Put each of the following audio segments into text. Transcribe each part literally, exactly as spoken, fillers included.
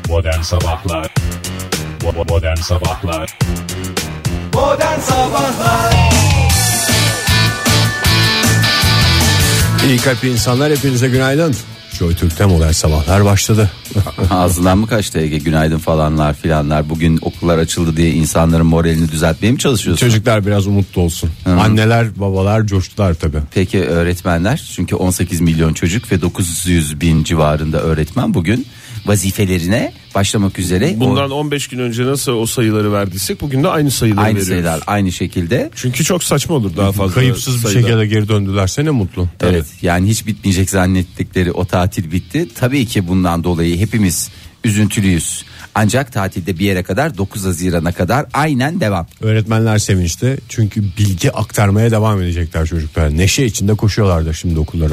Modern Sabahlar Modern Sabahlar Modern Sabahlar İyi kalpli insanlar, hepinize günaydın. Joy Türk'te Modern Sabahlar başladı. Ağzından mı kaçtı Ege, günaydın falanlar filanlar. Bugün okullar açıldı diye insanların moralini düzeltmeye mi çalışıyorsun? Çocuklar biraz umutlu olsun. Hı. Anneler babalar coştular tabii. Peki öğretmenler, çünkü on sekiz milyon çocuk ve dokuz yüz bin civarında öğretmen bugün vazifelerine başlamak üzere. Bundan on beş gün önce nasıl o sayıları verdiysek bugün de aynı sayıları aynı veriyoruz. sayılar aynı şekilde. Çünkü çok saçma olur daha fazla. Kayıpsız sayıda. Bir şekilde geri döndülerse ne mutlu. Evet, evet, yani hiç bitmeyecek zannettikleri o tatil bitti. Tabii ki bundan dolayı hepimiz üzüntülüyüz. Ancak tatilde bir yere kadar, dokuz Haziran'a kadar aynen devam. Öğretmenler sevinçli çünkü bilgi aktarmaya devam edecekler çocuklar. Neşe içinde koşuyorlardır şimdi okullara.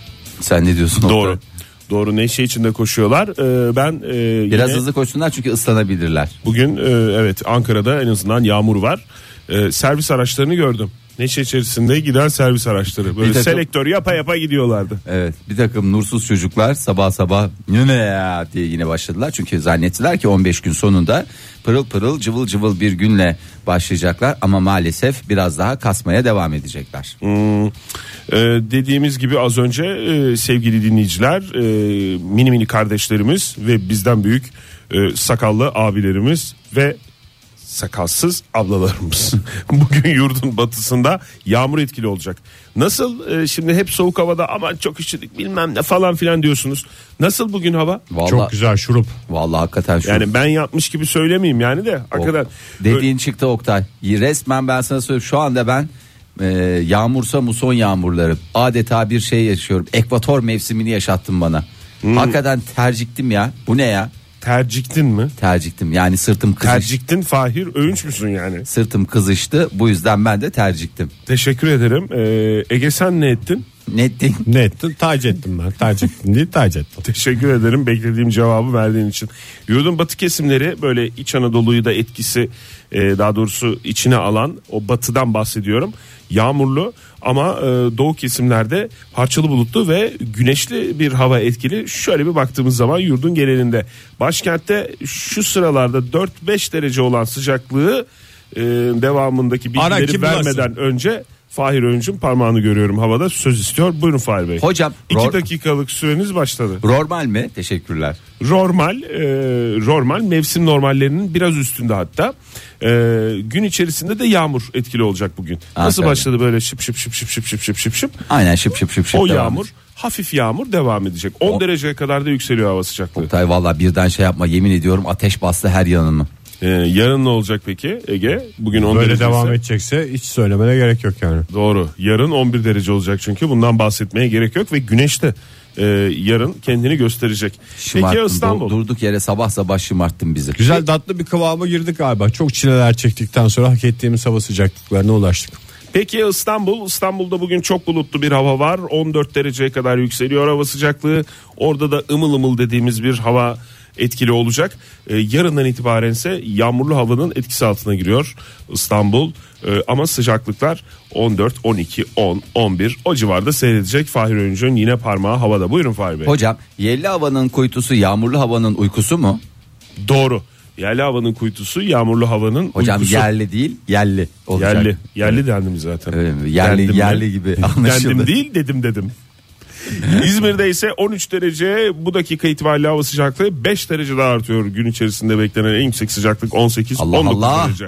Sen ne diyorsun? Doğru. Orada? Doğru, neşe içinde koşuyorlar. Ee, ben e, biraz yine, hızlı koşsunlar çünkü ıslanabilirler. Bugün e, evet, Ankara'da en azından yağmur var. E, servis araçlarını gördüm. Neşe içerisinde giden servis araçları. Böyle takım, selektör yapa yapa gidiyorlardı. Evet, bir takım nursuz çocuklar sabah sabah ne ya diye yine başladılar. Çünkü zannettiler ki on beş gün sonunda pırıl pırıl cıvıl cıvıl bir günle başlayacaklar. Ama maalesef biraz daha kasmaya devam edecekler. Hmm, e, dediğimiz gibi az önce e, sevgili dinleyiciler, e, mini mini kardeşlerimiz ve bizden büyük e, sakallı abilerimiz ve sakalsız ablalarımız bugün yurdun batısında yağmur etkili olacak. Nasıl e, şimdi hep soğuk havada aman çok üşüdük bilmem ne falan filan diyorsunuz. Nasıl bugün hava? Vallahi, çok güzel, şurup. Vallahi hakikaten şurup. Yani ben yapmış gibi söylemeyeyim yani de hakikaten. O, dediğin çıktı Oktay. Resmen ben sana söyleyeyim, şu anda ben e, yağmursa muson yağmurları adeta bir şey yaşıyorum. Ekvator mevsimini yaşattın bana. Hmm. Hakikaten terciktim ya. Bu ne ya? Terciktin mi? Terciktim, yani sırtım kızıştı. Terciktin Fahir Öğünç müsün yani? Sırtım kızıştı, bu yüzden ben de terciktim. Teşekkür ederim. Ee, Ege sen ne ettin? Ne ettin? Ne ettin? Tac ettim ben. Tac ettim değil, tac ettim. Teşekkür ederim beklediğim cevabı verdiğin için. Yurdun batı kesimleri, böyle İç Anadolu'yu da etkisi, e, daha doğrusu içine alan o batıdan bahsediyorum. Yağmurlu ama e, doğu kesimlerde parçalı bulutlu ve güneşli bir hava etkili. Şöyle bir baktığımız zaman yurdun genelinde, başkentte şu sıralarda dört beş derece olan sıcaklığı e, devamındaki bilgileri vermeden önce Fahir Öğünç'ün parmağını görüyorum havada, söz istiyor. Buyurun Fahir Bey. Hocam. İki ror... dakikalık süreniz başladı. Normal mi? Teşekkürler. Normal, e, normal mevsim normallerinin biraz üstünde hatta. E, gün içerisinde de yağmur etkili olacak bugün. Ha, nasıl tabii. Başladı böyle şıp şıp şıp şıp şıp şıp şıp şıp şıp. Aynen şıp şıp şıp şıp. O devam yağmur, edecek. hafif yağmur devam edecek. on o... dereceye kadar da yükseliyor hava sıcaklığı. Oktay valla birden şey yapma, yemin ediyorum ateş bastı her yanımı. Ee, yarın ne olacak peki Ege? Bugün on böyle derece devam ise... edecekse hiç söylemene gerek yok yani. Doğru. Yarın on bir derece olacak çünkü, bundan bahsetmeye gerek yok ve güneş de e, yarın kendini gösterecek. Şımarttın, peki İstanbul. Durduk yere sabah sabah şımarttın bizi. Güzel tatlı bir kıvama girdik galiba. Çok çileler çektikten sonra hak ettiğimiz hava sıcaklıklarına ulaştık. Peki İstanbul, İstanbul'da bugün çok bulutlu bir hava var. on dört dereceye kadar yükseliyor hava sıcaklığı. Orada da ımıl ımıl dediğimiz bir hava etkili olacak. Ee, yarından itibaren ise yağmurlu havanın etkisi altına giriyor İstanbul. Ee, ama sıcaklıklar on dört, on iki, on, on bir o civarda seyredecek. Fahir Öğünç'ün yine parmağı havada. Buyurun Fahir Bey. Hocam, yerli havanın kuytusu yağmurlu havanın uykusu mu? Doğru. Yerli havanın kuytusu yağmurlu havanın Hocam uykusu. Yerli değil, yerli olacak. Yerli. Yerli dendim zaten. Öyle mi? Yerli, Dendim yerli mi? gibi anlaşıldı. Dendim değil, dedim dedim. İzmir'de ise on üç derece, bu dakika itibariyle hava sıcaklığı beş derece daha artıyor. Gün içerisinde beklenen en yüksek sıcaklık on sekiz on dokuz Allah. derece.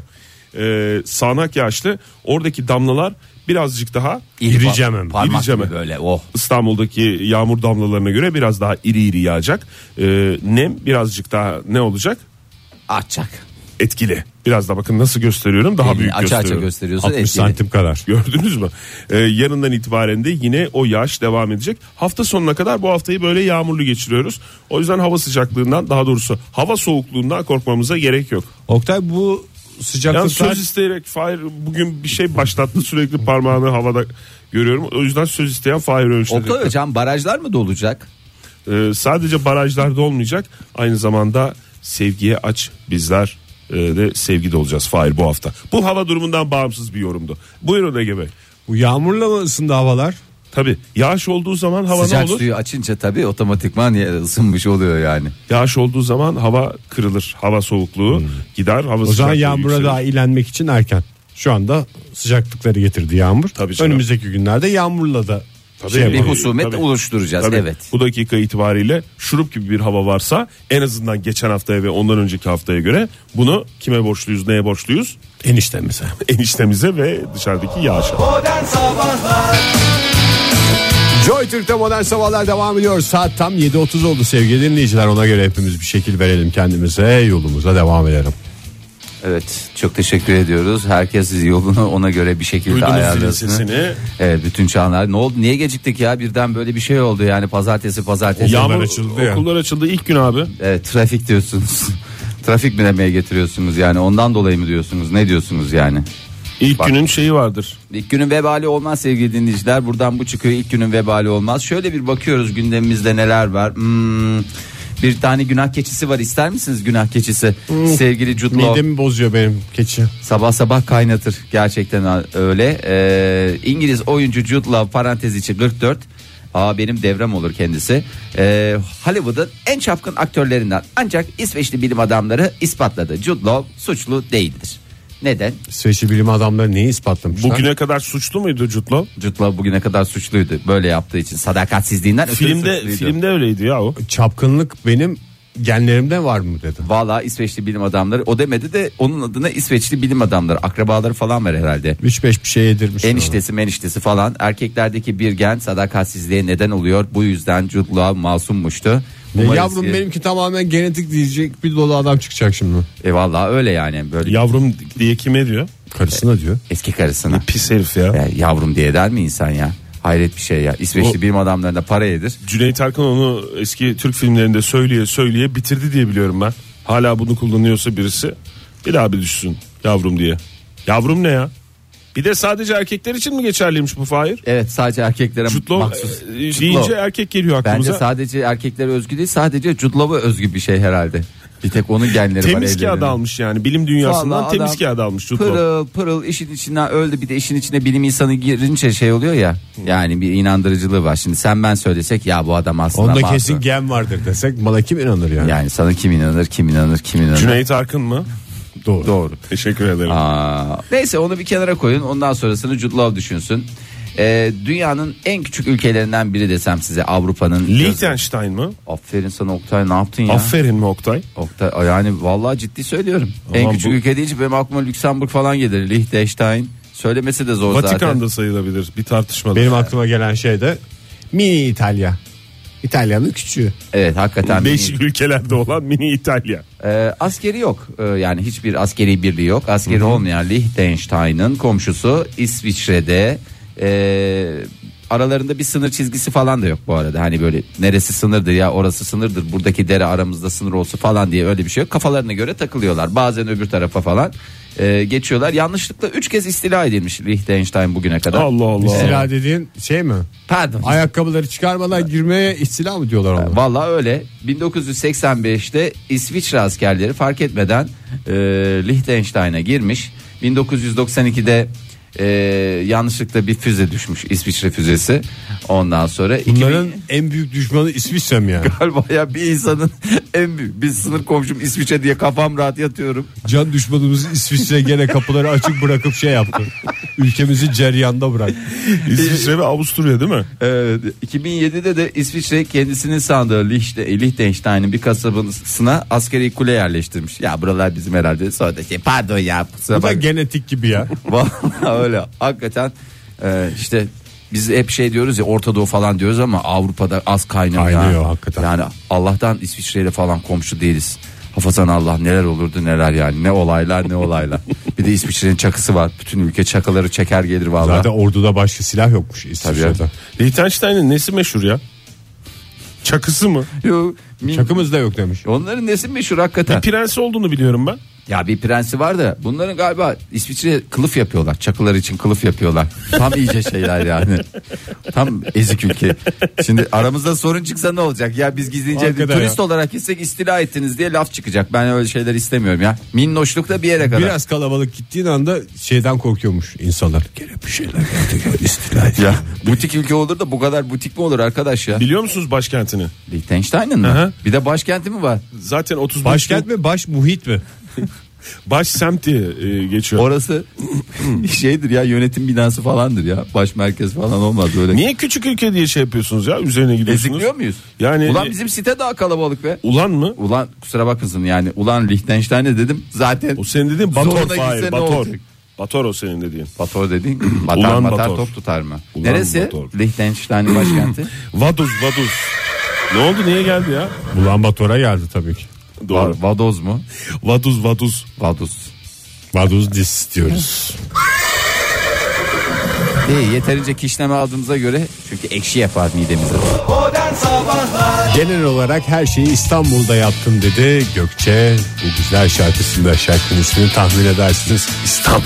Ee, sağanak yağışlı, oradaki damlalar birazcık daha iricem hem. Parmak iricem. gibi böyle. Oh. İstanbul'daki yağmur damlalarına göre biraz daha iri iri yağacak. Ee, nem birazcık daha ne olacak? Açacak. Etkili. Biraz da bakın nasıl gösteriyorum, daha Elini büyük açı gösteriyorum. açı gösteriyorsun. altmış etkili. santim kadar. Gördünüz mü? Ee, yarından itibaren de yine o yağış devam edecek. Hafta sonuna kadar bu haftayı böyle yağmurlu geçiriyoruz. O yüzden hava sıcaklığından, daha doğrusu hava soğukluğundan korkmamıza gerek yok. Oktay, bu sıcaklıklar... Yani söz isteyerek Fahir bugün bir şey başlattı, sürekli parmağını havada görüyorum. O yüzden söz isteyen Fahir Öğünç'te. Oktay hocam, barajlar mı dolacak? Ee, sadece barajlarda olmayacak, aynı zamanda sevgiye aç bizler de sevgide olacağız Fahir bu hafta. Bu hava durumundan bağımsız bir yorumdu. Buyurun Ege Bey. Bu yağmurla mı ısındı havalar? Tabii yağış olduğu zaman hava Sıcak ne olur? suyu açınca tabii otomatikman ısınmış oluyor yani. Yağış olduğu zaman hava kırılır. Hava soğukluğu hmm. gider. Hava O zaman sıcaklığı yağmura yükselir. daha ilenmek için erken. Şu anda sıcaklıkları getirdi yağmur. Tabii canım. Önümüzdeki günlerde yağmurla da Tabii. şey Bir yapalım. husumet Tabii. oluşturacağız Tabii. evet. Bu dakika itibariyle şurup gibi bir hava varsa en azından geçen haftaya ve ondan önceki haftaya göre bunu kime borçluyuz, neye borçluyuz? Eniştemize. Eniştemize ve dışarıdaki yağışa. Modern Sabahlar Joy Türk'te modern sabahlar devam ediyor. Saat tam yedi otuz oldu sevgili dinleyiciler. Ona göre hepimiz bir şekil verelim kendimize, yolumuza devam edelim. Evet çok teşekkür ediyoruz. Herkes yolunu ona göre bir şekilde Duydunuz zilin ayarlasın. sesini. Evet bütün çağlar. Ne oldu? Niye geciktik ya? Birden böyle bir şey oldu yani pazartesi pazartesi. Yağmur açıldı ya. okullar açıldı ilk gün abi. Evet trafik diyorsunuz. Trafik mi demeye getiriyorsunuz yani ondan dolayı mı diyorsunuz? Ne diyorsunuz yani? İlk Bak. günün şeyi vardır. İlk günün vebali olmaz sevgili dinleyiciler. Buradan bu çıkıyor, ilk günün vebali olmaz. Şöyle bir bakıyoruz gündemimizde neler var. Hmm, bir tane günah keçisi var, ister misiniz günah keçisi? Hmm. Sevgili Jude Law. Midemi bozuyor benim keçi. Sabah sabah kaynatır gerçekten öyle. Ee, İngiliz oyuncu Jude Law parantez içi kırk dört. Aa, benim devrem olur kendisi. Ee, Hollywood'un en çapkın aktörlerinden, ancak İsveçli bilim adamları ispatladı. Jude Law suçlu değildir. Neden? İsveçli bilim adamları neyi ispatlamışlar? Bugüne kadar suçlu muydu Jude Law? Jude Law bugüne kadar suçluydu. Böyle yaptığı için sadakatsizliğinden ötürü Filmde suçluydu. filmde öyleydi ya o. Çapkınlık benim genlerimde var mı dedi. Valla İsveçli bilim adamları, o demedi de onun adına İsveçli bilim adamları, akrabaları falan var herhalde. üç beş bir şey yedirmiş. Eniştesi meniştesi falan. Erkeklerdeki bir gen sadakatsizliğe neden oluyor. Bu yüzden Jude Law masum,muştu. Ne yavrum ki... benimki tamamen genetik diyecek bir dolu adam çıkacak şimdi. E valla öyle yani. Böyle Yavrum diye kime diyor? Karısına diyor. eski karısına. Pis herif ya. Ya, yavrum diye der mi insan ya? Hayret bir şey ya. İsveçli O- bilim adamlarına para yedir. Cüneyt Arkın onu eski Türk filmlerinde söyleye söyleye bitirdi diye biliyorum ben. Hala bunu kullanıyorsa birisi bir daha bir düşsün yavrum diye. Yavrum ne ya? Bir de sadece erkekler için mi geçerliymiş bu Fahir? Evet, sadece erkeklere Jude Law, mahsus. e, Jude deyince Law. erkek geliyor aklımıza. Bence sadece erkeklere özgü değil, sadece Jude Law'a özgü bir şey herhalde. Bir tek onun genleri var. Temiz kağıdı ellerinde. almış yani bilim dünyasından Vallahi temiz adam kağıdı almış Jude Law. Pırıl pırıl işin içinden öldü, bir de işin içine bilim insanı girince şey oluyor ya. Yani bir inandırıcılığı var. Şimdi sen ben söylesek ya bu adam aslında Onda masum. kesin gen vardır desek bana kim inanır yani? Yani sana kim inanır, kim inanır, kim inanır. Cüneyt Arkın mı? Doğru. Doğru. Teşekkür ederim. Aa, neyse onu bir kenara koyun, ondan sonrasını Jude Law düşünsün. Ee, dünyanın en küçük ülkelerinden biri desem size, Avrupa'nın. Liechtenstein mı? Aferin sana Oktay, ne yaptın ya? Aferin mi Oktay? Oktay, yani vallahi ciddi söylüyorum. En Aman küçük bu- ülke deyince benim aklıma Lüksemburg falan gelir. Liechtenstein. Söylemesi de zor zaten. Vatikan'da sayılabilir, bir tartışmalı. Benim aklıma gelen şey de mini İtalya. İtalya'nın küçüğü. Evet hakikaten. Değişik ülkelerde olan mini İtalya. Ee, askeri yok. Ee, yani hiçbir askeri birliği yok. Askeri Hı-hı. olmayan Liechtenstein'ın komşusu İsviçre'de. Ee, aralarında bir sınır çizgisi falan da yok bu arada. Hani böyle neresi sınırdır ya, orası sınırdır, buradaki dere aramızda sınır olsun falan diye öyle bir şey yok. Kafalarına göre takılıyorlar. Bazen öbür tarafa falan e, geçiyorlar. Yanlışlıkla üç kez istila edilmiş Liechtenstein bugüne kadar. Allah Allah. İstila dediğin şey mi? Pardon. Ayakkabıları çıkarmadan girmeye istila mı diyorlar ona? Vallahi öyle. bin dokuz yüz seksen beşte İsviçre askerleri fark etmeden e, Liechtenstein'a girmiş. bin dokuz yüz doksan ikide e, yanlışlıkla bir füze düşmüş, İsviçre füzesi. Ondan sonra Bunların iki bin en büyük düşmanı İsviçre mi yani? galiba ya bir insanın en büyük, bir sınır komşum İsviçre diye kafam rahat yatıyorum. Can düşmanımız İsviçre gene kapıları açık bırakıp şey yaptı. Ülkemizi ceryanda bırak. İsviçre ve Avusturya değil mi? Evet, iki bin yedide de İsviçre kendisinin sandığı Lichte- Liechtenstein'in bir kasabasına askeri kule yerleştirmiş. Ya buralar bizim herhalde, sonra da şey pardon ya. kusura Bu da bakma. genetik gibi ya. Vallahi öyle hakikaten e, işte biz hep şey diyoruz ya, Orta Doğu falan diyoruz ama Avrupa'da az kaynıyor, Kaynıyor ya. hakikaten. Yani Allah'tan İsviçre'yle falan komşu değiliz. Hafazan Allah, neler olurdu neler yani, ne olaylar ne olaylar. Bir de İsviçre'nin çakısı var. Bütün ülke çakıları çeker gelir vallahi. Zaten orduda başka silah yokmuş İsviçre'de. Liechtenstein'in nesi meşhur ya? Çakısı mı? Yo, min- Çakımız da yok demiş. Onların nesi meşhur hakikaten. Bir prensi olduğunu biliyorum ben. Ya bir prensi var da bunların galiba İsviçre kılıf yapıyorlar. Çakılar için kılıf yapıyorlar. Tam iyice şeyler yani. Tam ezik ülke. Şimdi aramızda sorun çıksa ne olacak? Ya biz gizlince turist ya. olarak gitsek istila ettiniz diye laf çıkacak. Ben öyle şeyler istemiyorum ya. Minnoşlukta bir yere kadar. Biraz kalabalık gittiğin anda şeyden korkuyormuş insanlar. Gene bir şeyler geldi istila et. Ya butik ülke olur da bu kadar butik mi olur arkadaş ya? Biliyor musunuz başkentini? Liechtenstein'ın mı? Hı-hı. Bir de başkenti mi var? Zaten otuz Başkent mi baş muhit mi? Baş semti e, geçiyor. Orası şeydir ya, yönetim binası falandır ya. Baş merkez falan olmaz öyle. Niye küçük ülke diye şey yapıyorsunuz ya? Üzerine gidiyorsunuz. Ezikliyor muyuz? Yani ulan bizim site daha kalabalık be. Ulan mı? Ulan kusura bakmasın yani. Ulan Liechtenstein'e dedim zaten. O senin dediğin Bator Fahir. Bator. Bator o senin dediğin. Bator dediğin. Batar Ulan batar Bator. top tutar mı? Ulan Neresi? Bator. Liechtenstein'in başkenti. Vaduz Vaduz. Ne oldu, niye geldi ya? Ulan Bator'a geldi tabii ki. Doğru. Vadoz mu? Vaduz Vaduz. Vaduz. Vaduz dis diyoruz. İyi, yeterince kişneme aldığımıza göre, çünkü ekşi yapar midemize. Modern Sabahlar. Genel olarak her şeyi İstanbul'da yaptım dedi Gökçe. Bu güzel şarkısında, şarkının ismini tahmin edersiniz. İstanbul.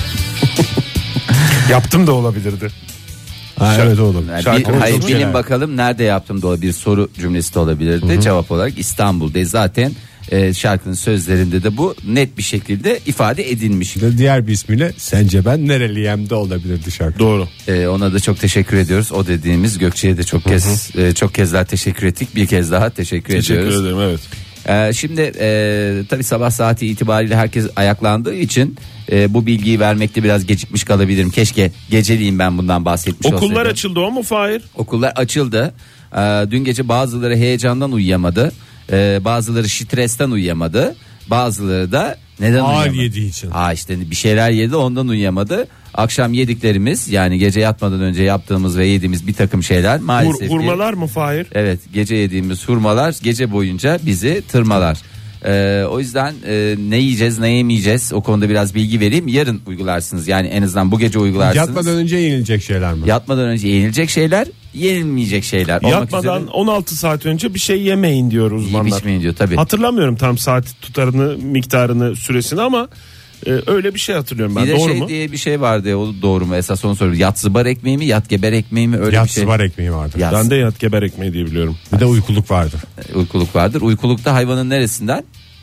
Yaptım da olabilirdi. Ha, evet oğlum. Yani Şarkı, bir, hayır, çok bilin şeyler. bakalım nerede yaptım da bir soru cümlesi de olabilirdi. Hı-hı. Cevap olarak İstanbul'da. Zaten e, şarkının sözlerinde de bu net bir şekilde ifade edilmiş. Diğer bir ismiyle Sence Ben Nereliyem de olabilirdi şarkı. Doğru. E, ona da çok teşekkür ediyoruz. O dediğimiz Gökçe'ye de çok kez e, çok kez daha teşekkür ettik. Bir kez daha teşekkür, Teşekkür ediyoruz. ederim, evet. Ee, şimdi e, tabii sabah saati itibariyle herkes ayaklandığı için e, bu bilgiyi vermekte biraz gecikmiş kalabilirim. Keşke geceliğin ben bundan bahsetmiş olsaydım. Okullar açıldı o mu Fahir? Okullar açıldı. Ee, dün gece bazıları heyecandan uyuyamadı. Ee, bazıları stresten uyuyamadı. Bazıları da neden Ağır uyuyamadı? yediği için. Ha işte bir şeyler yedi, ondan uyuyamadı. Akşam yediklerimiz, yani gece yatmadan önce yaptığımız ve yediğimiz bir takım şeyler maalesef Hur, hurmalar ki, mı Fahir? evet, gece yediğimiz hurmalar gece boyunca bizi tırmalar. Ee, o yüzden e, ne yiyeceğiz ne yemeyeceğiz, o konuda biraz bilgi vereyim. Yarın uygularsınız, yani en azından bu gece uygularsınız. Yatmadan önce yenilecek şeyler mi? Yatmadan önce yenilecek şeyler, yenilmeyecek şeyler. Olmak Yatmadan üzere, on altı saat önce bir şey yemeyin diyor uzmanlar. yiyip içmeyin diyor tabii. Hatırlamıyorum tam saat tutarını, miktarını, süresini ama e, öyle bir şey hatırlıyorum ben. Bir de Doğru şey mu? diye bir şey vardı ya, o doğru mu, esas onu soruyorum. Yat zıbar ekmeği mi, yat geber ekmeği mi, öyle Yat bir şey. zıbar ekmeği vardır. Yat. Ben de yat geber ekmeği diye biliyorum. Bir de uykuluk vardır. Uykuluk vardır. Uykulukta hayvanın neresinden?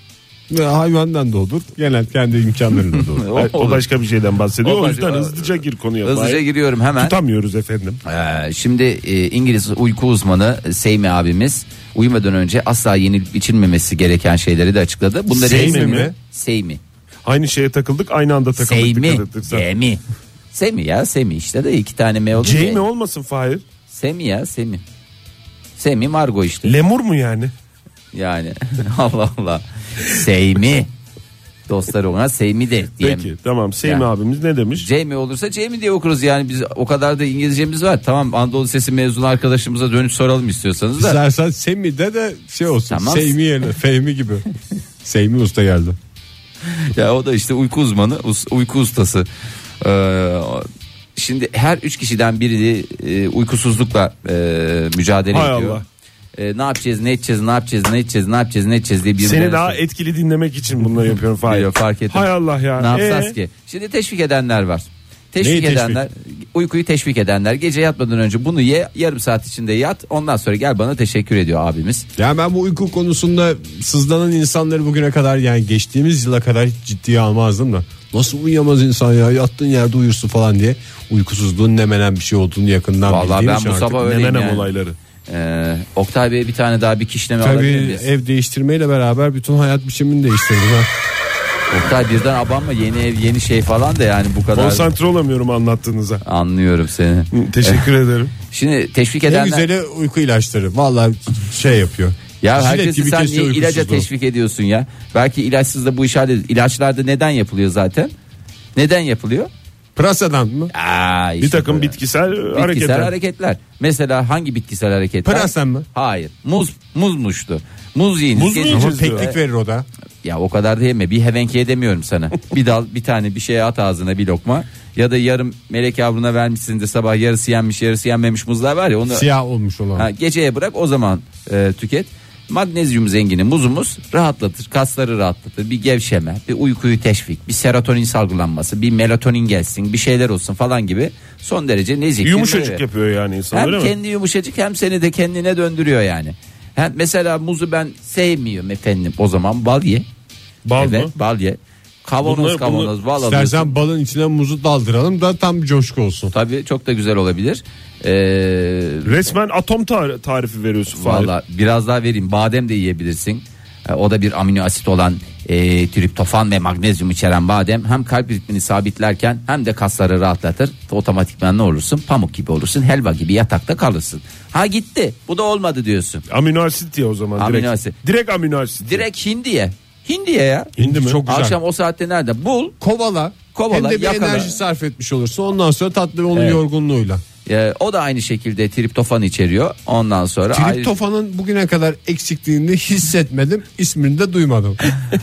Ve hayvandan doğdur. Genel kendi imkanlarıyla doğdur. O, o başka bir şeyden bahsediyor. O O, başka- yüzden hızlıca gir konuya. Hızlıca Fahir. giriyorum hemen. Tutamıyoruz efendim. Ee, şimdi e, İngiliz uyku uzmanı Seymi abimiz uyumadan önce asla yenilip içilmemesi gereken şeyleri de açıkladı. Bunları Seymi Seymi mi? Seymi. Aynı şeye takıldık, aynı anda takıldık. Seymi. dikkat ettik sen. Seymi. Seymi ya, Seymi işte de iki tane M oldu. Jamie olmasın Fahir? Seymi ya, Seymi. Seymi Margo işte. Lemur mu yani? Yani Allah Allah. Seymi. Dostlar ona Seymi de diyeyim. Peki tamam, Seymi Yani. abimiz ne demiş? Jamie olursa Jamie diye okuruz, yani biz o kadar da İngilizcemiz var. Tamam, Anadolu Sesi mezunu arkadaşımıza dönüp soralım istiyorsanız da. İstersen Semi'de de şey olsun. Tamam. Seymi yerine Fehmi gibi. Seymi Usta geldi. Ya o da işte uyku uzmanı, us- uyku ustası. Ee, şimdi her üç kişiden biri e, uykusuzlukla e, mücadele Hay ediyor. Allah. E, ne yapacağız, ne edeceğiz, ne yapacağız, ne edeceğiz, ne yapacağız, ne edeceğiz diye bir Seni daha etkili dinlemek için bunları yapıyorum Fahir. Biliyor, fark ettim. Hay Allah ya. Ne yapacağız Ee? ki? Şimdi teşvik edenler var. Teşvik Neyi teşvik? edenler, uykuyu teşvik edenler, gece yatmadan önce bunu ye, yarım saat içinde yat, ondan sonra gel bana teşekkür ediyor abimiz. Yani ben bu uyku konusunda sızlanan insanları bugüne kadar, yani geçtiğimiz yıla kadar hiç ciddiye almazdım da. Nasıl uyuyamaz insan ya, yattığın yerde uyursun falan diye. Uykusuzluğun ne menen bir şey olduğunu yakından Vallahi bildiğim ben için bu artık. sabah öyleyim Menenem yani. olayları. Ee, Oktay Bey bir tane daha bir kişneme alabilir Tabii miyiz? ev değiştirmeyle beraber bütün hayat biçimini değiştirdi. Ha. Oktay birden abanma, yeni ev yeni şey falan da yani bu kadar. Konsantre olamıyorum anlattığınıza. Anlıyorum seni. Teşekkür ederim. Şimdi teşvik Ne edenler. güzeli uyku ilaçları. Vallahi şey yapıyor. Ya Jilet herkesi gibi sen kesiyor niye ilaca uykusuzluğu. teşvik ediyorsun ya? Belki ilaçsız da bu iş halledilir. İlaçlarda neden yapılıyor zaten? Neden yapılıyor? Pırasadan mı? Aa, işte Bir takım böyle. bitkisel, bitkisel hareketler. hareketler. Mesela hangi bitkisel hareketler? Pırasan mı? Hayır. Muz muzmuştu. Muz yiyiniz. Muz mu gezin. Ama yiyeceğiz diyor. peklik verir o da. Ya o kadar da yeme. Bir hevenkeye demiyorum sana. Bir dal, bir tane bir şey at ağzına, bir lokma. Ya da yarım melek yavruna vermişsin de sabah yarısı yenmiş yarısı yenmemiş muzlar var ya. Onu Siyah olmuş olan. ha, geceye bırak, o zaman e, tüket. Magnezyum zengini muzumuz rahatlatır, kasları rahatlatır, bir gevşeme, bir uykuyu teşvik, bir serotonin salgılanması, bir melatonin gelsin, bir şeyler olsun falan gibi son derece nezik. Yumuşacık yapıyor yani insan, hem öyle mi? kendi yumuşacık hem seni de kendine döndürüyor yani. Hem mesela muzu ben sevmiyorum efendim, o zaman bal ye. Bal Evet, mı? bal ye. Kavanoz Bunlar- kavanoz bunlar- bal alıyorsun. İstersen balın içine muzu daldıralım da tam bir coşku olsun. Tabii çok da güzel olabilir. Ee, Resmen atom tar- tarifi veriyorsun Fahir. Valla biraz daha vereyim. Badem de yiyebilirsin. Ee, O da bir amino asit olan e, triptofan ve magnezyum içeren badem hem kalp ritmini sabitlerken hem de kasları rahatlatır. Otomatikman ne olursun? Pamuk gibi olursun. Helva gibi yatakta kalırsın. Ha gitti. Bu da olmadı diyorsun. Amino asit diye o zaman. Amino direkt. asit. Direkt amino asit. Direkt hindiye. Hindiye ya. Hindi mi? Çok güzel. Akşam o saatte nerede? Bul. Kovala. Kovala, Hem de bir yakala. enerji sarf etmiş olursun. Ondan sonra tatlı onun Evet. yorgunluğuyla. Ee, o da aynı şekilde triptofan içeriyor. Ondan sonra ayrı- Triptofanın bugüne kadar eksikliğini hissetmedim. İsmini de duymadım.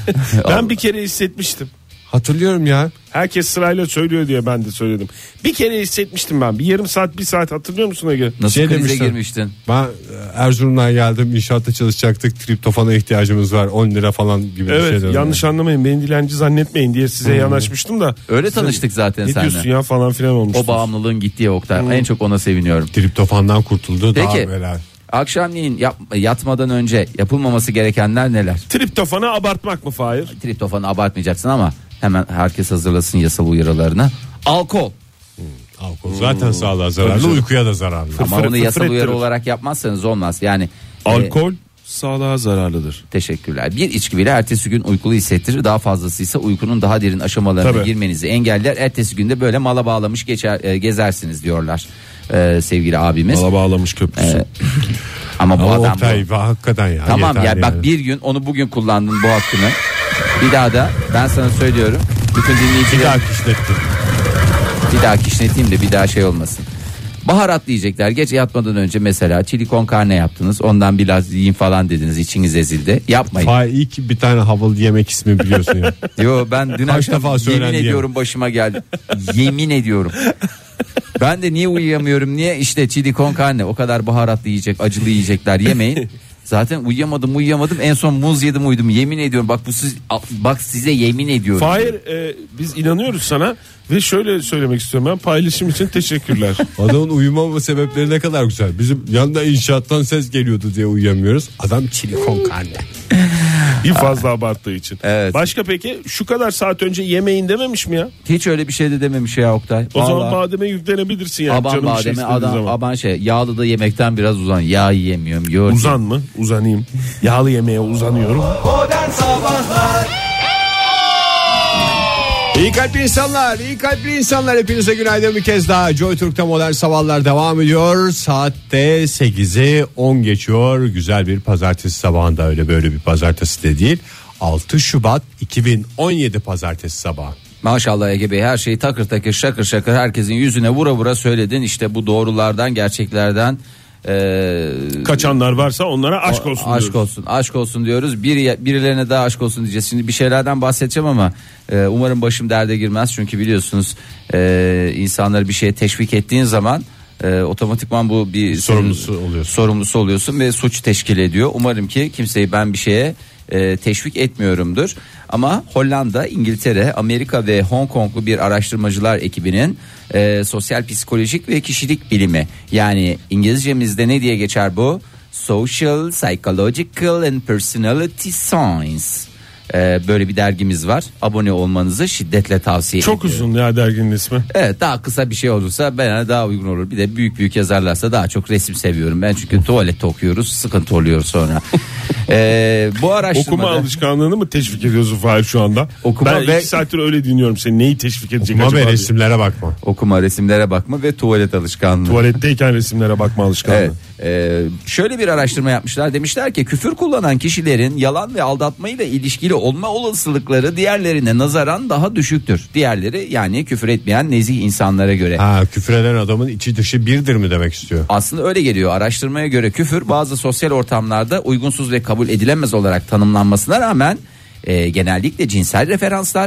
Ben bir kere hissetmiştim. Hatırlıyorum ya. Herkes sırayla söylüyor diye ben de söyledim. Bir kere hissetmiştim ben. Bir yarım saat, bir saat, hatırlıyor musun Ege? nasıl Şey krize demiştin. girmiştin? Ben e, Erzurum'dan geldim. İnşaatta çalışacaktık. Triptofana ihtiyacımız var. on lira falan gibi bir şey Evet, dedim. yanlış anlamayın, beni dilenci zannetmeyin diye size yanaşmıştım da. Öyle tanıştık zaten Ne seninle. diyorsun ya falan filan olmuştu. O bağımlılığın gittiği Oktay. En çok ona seviniyorum. Triptofandan kurtuldu. Daha Peki böyle. akşamleyin yap, yatmadan önce yapılmaması gerekenler neler? Triptofanı abartmak mı Fahir? Triptofanı abartmayacaksın ama hemen herkes hazırlasın yasal uyarılarını. Alkol. Alkol zaten sağlığa zararlı, uykuya da zararlı. Ama Fırfır- onu yasal fırfır uyarı ettirir. olarak yapmazsanız olmaz. Yani e, Alkol sağlığa zararlıdır. teşekkürler. Bir içki bile ertesi gün uykulu hissettirir. Daha fazlasıysa uykunun daha derin aşamalarına Tabii. girmenizi engeller. Ertesi günde böyle mala bağlamış geçer, e, gezersiniz diyorlar e, sevgili abimiz. Mala bağlamış köprüsü. Ama bu Ama adam bu. Oktay, hakikaten ya. Tamam yeter ya bak yani. bir gün onu bugün kullandın bu hakkını. Bir daha da ben sana söylüyorum. Bütün Bir dinleyiciler daha kişilettim. bir daha kişneteyim de bir daha şey olmasın. Baharat diyecekler. Gece yatmadan önce mesela çili con carne yaptınız. Ondan biraz yiyin falan dediniz. İçiniz ezildi. Yapmayın. Fay iyi ki bir tane havalı yemek ismi biliyorsun ya. Yo ben dün Kaç akşam defa yemin söylendi ya. ediyorum başıma geldi. Yemin ediyorum. Ben de niye uyuyamıyorum? Niye? İşte çili con carne. O kadar baharatlı yiyecek, acılı yiyecekler yemeyin. Zaten uyuyamadım uyuyamadım en son muz yedim uyudum yemin ediyorum bak bu siz bak size yemin ediyorum. Fahir, e, biz inanıyoruz sana ve şöyle söylemek istiyorum, ben paylaşım için teşekkürler. Adamın uyumama sebepleri ne kadar güzel. Bizim yanında inşaattan ses geliyordu diye uyuyamıyoruz. Adam çili con carne. Bir fazla abarttığı için. Evet. Başka peki şu kadar saat önce yemeyin dememiş mi ya? Hiç öyle bir şey de dememiş ya Oktay. O zaman Vallahi. bademe yüklenebilirsin yani. Aban canım bir şey bademe istediği adam zaman. aban şey yağlı da yemekten biraz uzan yağ yiyemiyorum yoğurt Uzan mı? Uzanayım. Yağlı yemeğe uzanıyorum. Modern Sabahlar. İyi kalpli insanlar, iyi kalpli insanlar, hepinize günaydın bir kez daha. Joy Türk'te modern sabahlar devam ediyor. Saatte sekizi on geçiyor. Güzel bir pazartesi sabahında, öyle böyle bir pazartesi de değil. altı Şubat iki bin on yedi pazartesi sabahı. Maşallah Ege Bey her şeyi takır takır şakır şakır herkesin yüzüne vura vura söyledin. İşte bu doğrulardan gerçeklerden e, Kaçanlar varsa onlara aşk olsun aşk diyoruz. olsun aşk olsun diyoruz. Bir, birilerine daha aşk olsun diyeceğiz. Şimdi bir şeylerden bahsedeceğim ama e, umarım başım derde girmez. Çünkü biliyorsunuz e, insanları bir şeye teşvik ettiğin zaman e, otomatikman bu bir Sorumlusu oluyorsun. sorumlusu oluyorsun ve suç teşkil ediyor. Umarım ki kimseyi ben bir şeye e, teşvik etmiyorumdur. Ama Hollanda, İngiltere, Amerika ve Hong Konglu bir araştırmacılar ekibinin e, sosyal psikolojik ve kişilik bilimi, yani İngilizcemizde ne diye geçer bu? Social, Psychological and Personality Science. E, böyle bir dergimiz var. Abone olmanızı şiddetle tavsiye Çok ediyorum. uzun ya derginin ismi. Evet, daha kısa bir şey olursa bana daha uygun olur. Bir de büyük büyük yazarlarsa daha çok resim seviyorum. Ben çünkü tuvalette okuyoruz, sıkıntı oluyor sonra. ee, bu araştırmada Okuma alışkanlığını mı teşvik ediyorsun Fahir şu anda? Okuma ben ve- iki saattir öyle dinliyorum seni. Neyi teşvik edecek Ama acaba ve diye. resimlere bakma. okuma, resimlere bakma ve tuvalet alışkanlığı. Tuvaletteyken resimlere bakma alışkanlığı. Evet. Ee, şöyle bir araştırma yapmışlar. Demişler ki küfür kullanan kişilerin yalan ve aldatmayla ilişkili olma olasılıkları diğerlerine nazaran daha düşüktür. Diğerleri, yani küfür etmeyen nezih insanlara göre. Ha, küfür eden adamın içi dışı birdir mi demek istiyor? Aslında öyle geliyor. Araştırmaya göre küfür bazı sosyal ortamlarda uygunsuz ve kabul edilemez olarak tanımlanmasına rağmen e, genellikle cinsel referanslar,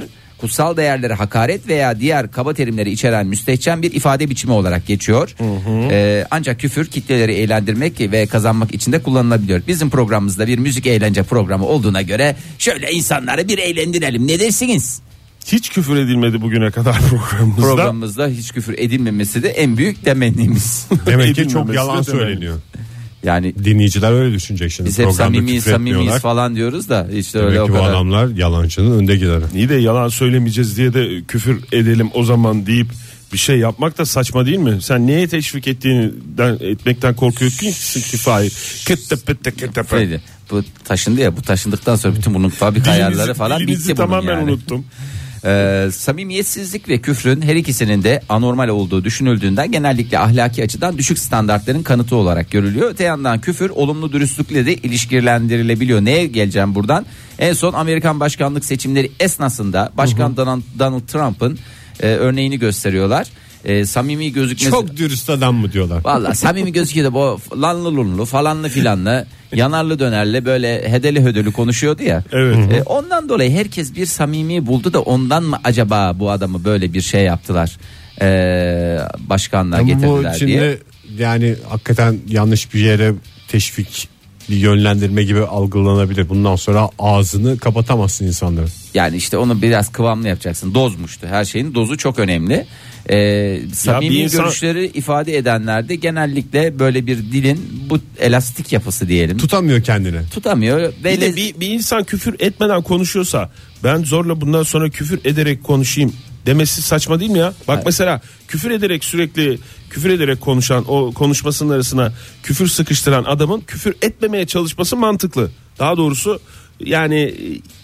kutsal değerlere hakaret veya diğer kaba terimleri içeren müstehcen bir ifade biçimi olarak geçiyor. Hı hı. Ee, ancak küfür kitleleri eğlendirmek ve kazanmak için de kullanılabiliyor. Bizim programımızda bir müzik eğlence programı olduğuna göre şöyle insanları bir eğlendirelim, ne dersiniz? Hiç küfür edilmedi bugüne kadar programımızda. Programımızda hiç küfür edilmemesi de en büyük temennimiz. Demek ki çok Edilmemesi yalan de söyleniyor. Yani Dinleyiciler öyle düşünecek şimdi. biz hep Programda samimiyiz küfür samimiyiz etmiyorlar. falan diyoruz da işte Demek öyle o ki bu kadar. adamlar yalancının önde gideri. İyi de yalan söylemeyeceğiz diye de küfür edelim o zaman deyip bir şey yapmak da saçma değil mi? Sen neye teşvik ettiğinden etmekten korkuyorsun ki Fahir? Kıttı pıttı kıttı pıttı. Öyle. Bu taşındı ya, bu taşındıktan sonra bütün bunun fabrika ayarları falan dilinizi bitti bunun tamamen yani. unuttum. Ee, samimiyetsizlik ve küfrün her ikisinin de anormal olduğu düşünüldüğünden genellikle ahlaki açıdan düşük standartların kanıtı olarak görülüyor. Öte yandan küfür olumlu dürüstlükle de ilişkilendirilebiliyor. Neye geleceğim buradan? En son Amerikan başkanlık seçimleri esnasında Başkan Donald, Donald Trump'ın e, örneğini gösteriyorlar. E, samimi gözükmesi. Çok dürüst adam mı diyorlar? Valla samimi gözüküyor da bu lanlı lunlu falanlı filanlı yanarlı dönerli böyle hedeli hödeli konuşuyordu ya. Evet. E, ondan dolayı herkes bir samimi buldu da ondan mı acaba bu adamı böyle bir şey yaptılar? E, başkanlığa Ama getirdiler bu şimdi diye. yani hakikaten yanlış bir yere teşvik, bir yönlendirme gibi algılanabilir. Bundan sonra ağzını kapatamazsın insanların. Yani işte onu biraz kıvamlı yapacaksın. Dozmuştu. Her şeyin dozu çok önemli. Ee, samimi insan... görüşleri ifade edenler de genellikle böyle bir dilin bu elastik yapısı diyelim. Tutamıyor kendini. Tutamıyor. Bir, de bir, bir insan küfür etmeden konuşuyorsa ben zorla bundan sonra küfür ederek konuşayım demesi saçma değil mi ya? Bak evet. Mesela küfür ederek sürekli küfür ederek konuşan, o konuşmasının arasına küfür sıkıştıran adamın küfür etmemeye çalışması mantıklı. Daha doğrusu yani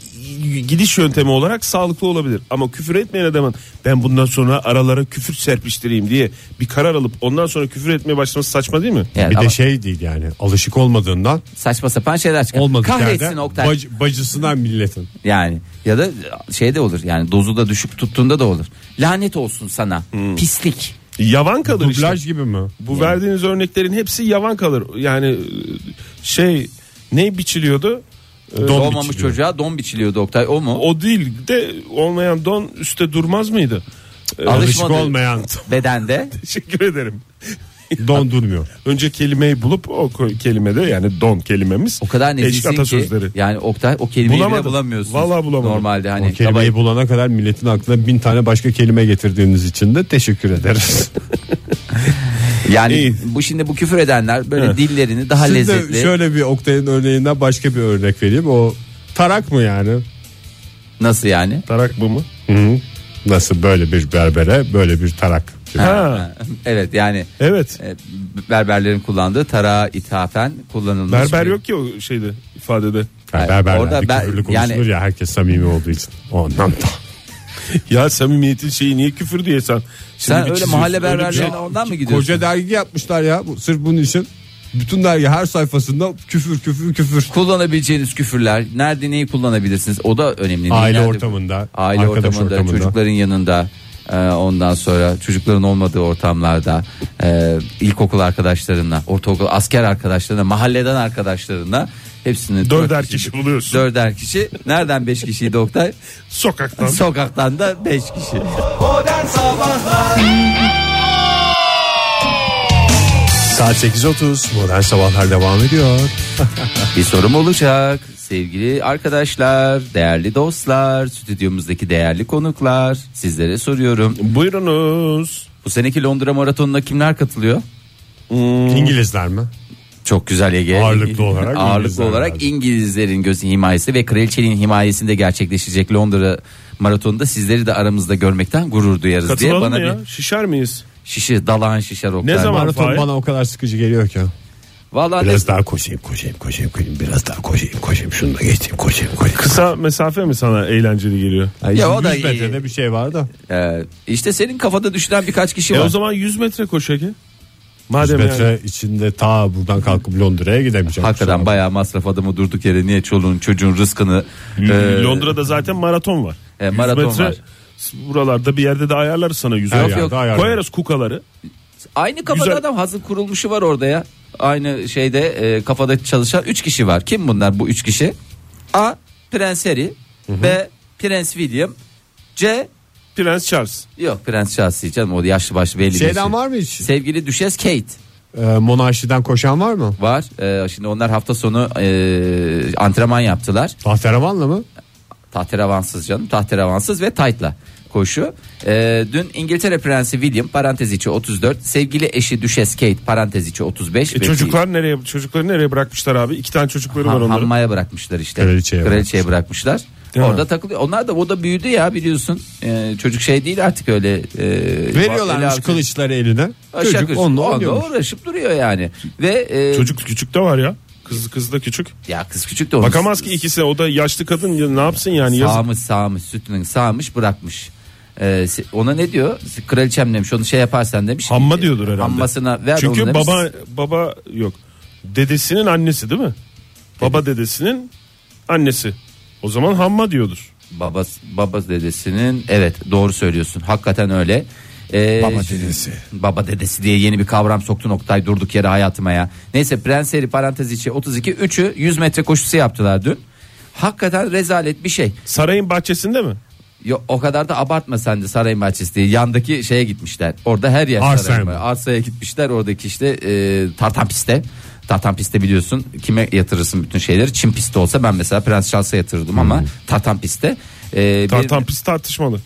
gidiş yöntemi olarak sağlıklı olabilir. Ama küfür etmeyen adamın ben bundan sonra aralara küfür serpiştireyim diye bir karar alıp ondan sonra küfür etmeye başlaması saçma değil mi? Yani bir ama de şey değil yani, alışık olmadığından saçma sapan şeyler çıkar. olmadık Kahretsin yerde Oktay. bac- bacısından milletin. Yani ya da şey de olur, yani dozu da düşük tuttuğunda da olur. Lanet olsun sana. Hmm. Pislik. Yavan kalır Dublaj işte. gibi mi? Bu yani. Verdiğiniz örneklerin hepsi yavan kalır. Yani şey ne biçiliyordu? Don Doğmamış biçiliyor. Çocuğa don biçiliyordu Oktay, o mu? O değil de olmayan don üstte durmaz mıydı? Alışık olmayan bedende. Teşekkür ederim. Don durmuyor. Önce kelimeyi bulup o kelimede yani don kelimemiz. O kadar nezihsin ki yani Oktay o kelimeyi bile bulamıyorsun. Vallahi bulamadım. Normalde hani o kelimeyi kabayı... bulana kadar milletin aklına bin tane başka kelime getirdiğiniz için de teşekkür ederiz. Yani İyi. bu şimdi bu küfür edenler böyle dillerini daha Şimdi lezzetli. Şöyle bir Oktay'ın örneğinden başka bir örnek vereyim. O tarak mı yani? Nasıl yani? Tarak bu mu? Hı-hı. Nasıl böyle bir berbere böyle bir tarak. Ha. Evet yani. Evet. E, berberlerin kullandığı tarağa ithafen kullanılmış. Berber bir... yok ki o şeyde ifadede. Yani berberler orada bir ber, küfürlü konuşulur yani... ya, herkes samimi olduğu için. Ondan da. Ya samimiyetin şeyi niye küfür diye sen. Sen öyle mahalle berberlerine ondan mı gidiyorsun? Koca dergi yapmışlar ya bu, sırf bunun için. Bütün dergi her sayfasında küfür küfür küfür. Kullanabileceğiniz küfürler. Nerede neyi kullanabilirsiniz? O da önemli. Aile Nerede? ortamında. Aile ortamında, ortamında, çocukların yanında. Ondan sonra çocukların olmadığı ortamlarda, e, ilkokul arkadaşlarına, ortaokul asker arkadaşlarına, mahalleden arkadaşlarına hepsini dörder kişi, kişi buluyorsun. Dörder kişi. Nereden beş kişiydi Oktay? Sokaktan. Sokaktan da beş kişi. Modern Sabahlar. Saat sekiz otuz Modern Sabahlar devam ediyor. Bir sorum olacak. Sevgili arkadaşlar, değerli dostlar, stüdyomuzdaki değerli konuklar, sizlere soruyorum. Buyurunuz. Bu seneki Londra Maratonu'na kimler katılıyor? Hmm. İngilizler mi? Çok güzel Ege. Ağırlıklı olarak Ağırlıklı olarak lazım. İngilizlerin göz himayesi ve kraliçenin himayesinde gerçekleşecek Londra Maratonu'nda sizleri de aramızda görmekten gurur duyarız. Katılalım diye bana ya? bir Şişer miyiz? Şişi dalağın şişer Oktay. Ne zaman maraton bana o kadar sıkıcı geliyor ki. Vallahi biraz de... daha koşayım koşayım koşayım koşayım biraz daha koşayım koşayım şunu da geçeyim koşayım koşayım. Kısa mesafe mi sana eğlenceli geliyor? Yani ya o da yüz metrede bir şey var da. Ee, işte senin kafada düşünen birkaç kişi e var. O zaman yüz metre koş Ege. Madem yüz metre yani. içinde ta buradan kalkıp Londra'ya gidemeyeceğim. Hakikaten bayağı masraf adamı durduk yere niye çoluğun çocuğun rızkını. E, Londra'da zaten maraton var. E, maraton metre, var. Buralarda bir yerde de ayarlarız sana yüz metre. Yok, yok. Koyarız kukaları. Aynı kafada Güzel. Adam hazır kurulmuşu var orada ya. Aynı şeyde e, kafada çalışan üç kişi var. Kim bunlar bu üç kişi? A. Prens Harry. Hı hı. B. Prens William. C. Prens Charles. Yok Prens Charles diyeceğim, o yaşlı başlı belli. Şeyden bir şey. var mı hiç? Sevgili Düşes Kate. Ee, monarşiden koşan var mı? Var. Ee, şimdi onlar hafta sonu e, antrenman yaptılar. Tahterevanla mı? Tahteravansız canım. Tahteravansız ve tight'la koşu. Ee, dün İngiltere Prensi William parantez içi otuz dört, sevgili eşi Düşes Kate parantez içi otuz beş. E çocuklar nereye çocukları nereye bırakmışlar abi? İki tane çocukları var ha, onların. Hammaya bırakmışlar işte. Kraliçeye, Kraliçeye bırakmışlar. Değil Orada mi? takılıyor. Onlar da o da büyüdü ya biliyorsun. Ee, çocuk şey değil artık öyle. E, Veriyorlarmış eli- kılıçları eline. Aşağı Çocuk yukarı onunla onunla oynuyormuş. uğraşıp duruyor yani. Ve e, Çocuk küçük de var ya. Kız kız da küçük. ya kız küçük de olmuş. Bakamaz ki ikisi, o da yaşlı kadın ya, ne yapsın yani, yazık. Sağmış sağmış sütünü sağmış bırakmış. Ee, ona ne diyor? Kraliçem demiş, onu şey yaparsan demiş. Hamma diyordur herhalde. Hammasına ver Çünkü onu demiş. baba baba yok. Dedesinin annesi değil mi? Baba dedesinin annesi. O zaman hamma diyordur. Baba, baba dedesinin, evet doğru söylüyorsun. Hakikaten öyle. Ee, Baba dedesi. Baba dedesi diye yeni bir kavram soktu Oktay durduk yere hayatıma ya. Neyse Prens Harry parantez içi otuz iki, üçü yüz metre koşusu yaptılar dün. Hakikaten rezalet bir şey. Sarayın bahçesinde mi? Yo, o kadar da abartma sen de sarayın bahçesi diye. Yandaki şeye gitmişler. Orada her yer Arsaya saray mı? var. Arsaya gitmişler. Oradaki işte e, tartan piste. Tartan piste biliyorsun kime yatırırsın bütün şeyleri. Çim pisti olsa ben mesela Prens Charles'a yatırırdım Hmm. ama tartan piste. E, Tartan bir- pist tartışmalı.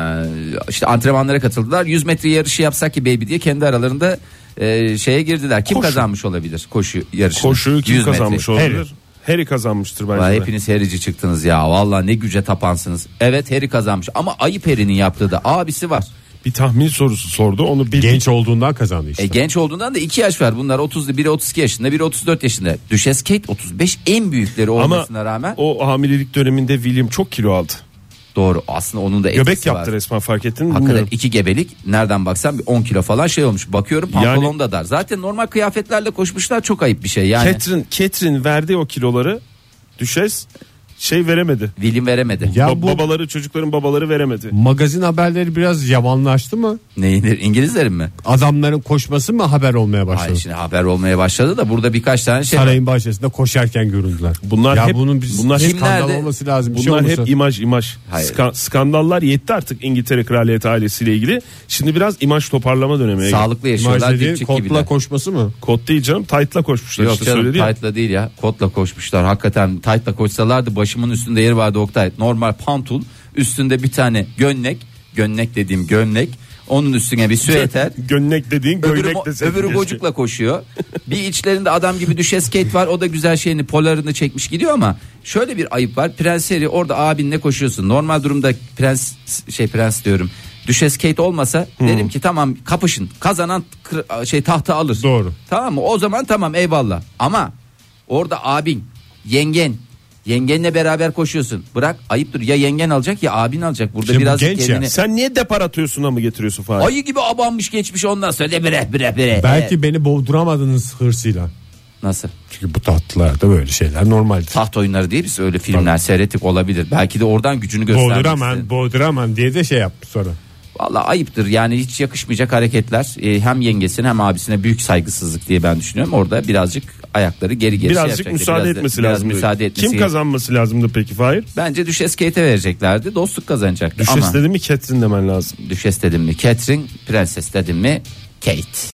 Ee, işte antrenmanlara katıldılar. yüz metre yarışı yapsak ki baby diye kendi aralarında e, şeye girdiler. Kim Koşu. kazanmış olabilir koşu yarışını? Koşuyu kim yüz metre. kazanmış olabilir? Harry kazanmıştır bence Vallahi de. hepiniz Harry'ci çıktınız ya. Vallahi ne güce tapansınız. Evet Harry kazanmış ama ayıp Harry'nin yaptığı da abisi var. Bir tahmin sorusu sordu, onu bildik. Genç olduğundan kazandı işte. E, genç olduğundan da iki yaş var. Bunlar otuzlu, biri otuz iki yaşında, biri otuz dört yaşında. Düşes Kate otuz beş, en büyükleri Ama olmasına rağmen. o hamilelik döneminde William çok kilo aldı. Doğru, aslında onun da etkisi Göbek yaptı var. resmen, fark ettin mi Hakikaten bilmiyorum. iki gebelik, nereden baksan bir on kilo falan şey olmuş. Bakıyorum pantolon da dar. Zaten normal kıyafetlerle koşmuşlar, çok ayıp bir şey yani. Catherine, Catherine verdi o kiloları. Düşes şey veremedi. William veremedi. Ya Ba- bu babaları, çocukların babaları veremedi. magazin haberleri biraz yavanlaştı mı? Neydi, İngilizlerin mi? Adamların koşması mı haber olmaya başladı? Hayır, şimdi haber olmaya başladı da burada birkaç tane şey var. Sarayın bahçesinde koşarken göründüler. Bunlar ya hep- bunun bir bunlar bir hep- skandal Kimlerde? olması lazım. Bir şey Bunlar olmasa. hep imaj imaj. Hayır. Ska- skandallar yetti artık İngiltere kraliyet ailesiyle ilgili. Şimdi biraz imaj toparlama dönemine geldi. Sağlıklı İmaj yaşıyorlar, dediğin dipçik kotla gibiler. koşması mı? Kot değil canım, tight'la koşmuşlar Yok işte, canım, söyledi ya. tight'la değil ya, kotla koşmuşlar. Hakikaten tight'la koşsalardı başımın üstünde yeri vardı Oktay. Normal pantul, üstünde bir tane gömlek, gömlek dediğim gömlek, onun üstüne bir süeter. Gömlek dediğin Öbürü, göylek mo- deseydin öbürü keşke. gocukla koşuyor. Bir içlerinde adam gibi Düşes Kate var. O da güzel şeyini, polarını çekmiş gidiyor ama şöyle bir ayıp var. Prens Harry orada abinle koşuyorsun. Normal durumda prens şey prens diyorum. Düşes Kate olmasa derim ki tamam kapışın. Kazanan kır- şey tahta alır. Doğru. Tamam mı? O zaman tamam eyvallah. Ama orada abin, yengen, yengenle beraber koşuyorsun. Bırak ayıptır. Ya yengen alacak ya abin alacak. Burada Şimdi bu biraz genç ya. kendini Sen niye depar atıyorsun ama getiriyorsun falan? ayı gibi abanmış geçmiş, ondan sonra de bre bre bre. Belki beni boğduramadınız hırsıyla. Nasıl? Çünkü bu tatlılarda böyle şeyler normaldir. Taht oyunları diye biz öyle filmler seyrettik, olabilir. Belki de oradan gücünü göstermek Boğduramam, istedi. boğduramam diye de şey yaptı sonra. Vallahi ayıptır yani, hiç yakışmayacak hareketler. Ee, hem yengesine hem abisine büyük saygısızlık diye ben düşünüyorum. Orada birazcık ayakları geri geri Birazcık şey müsaade Biraz da- etmesi biraz lazım. müsaade etmesi. Kim kazanması lazımdı peki Fahir? Bence Düşes Kate'e vereceklerdi. Dostluk kazanacaktı Düşes ama dedi mi Catherine demen lazım. Düşes dedim mi Catherine, prenses dedim mi Kate.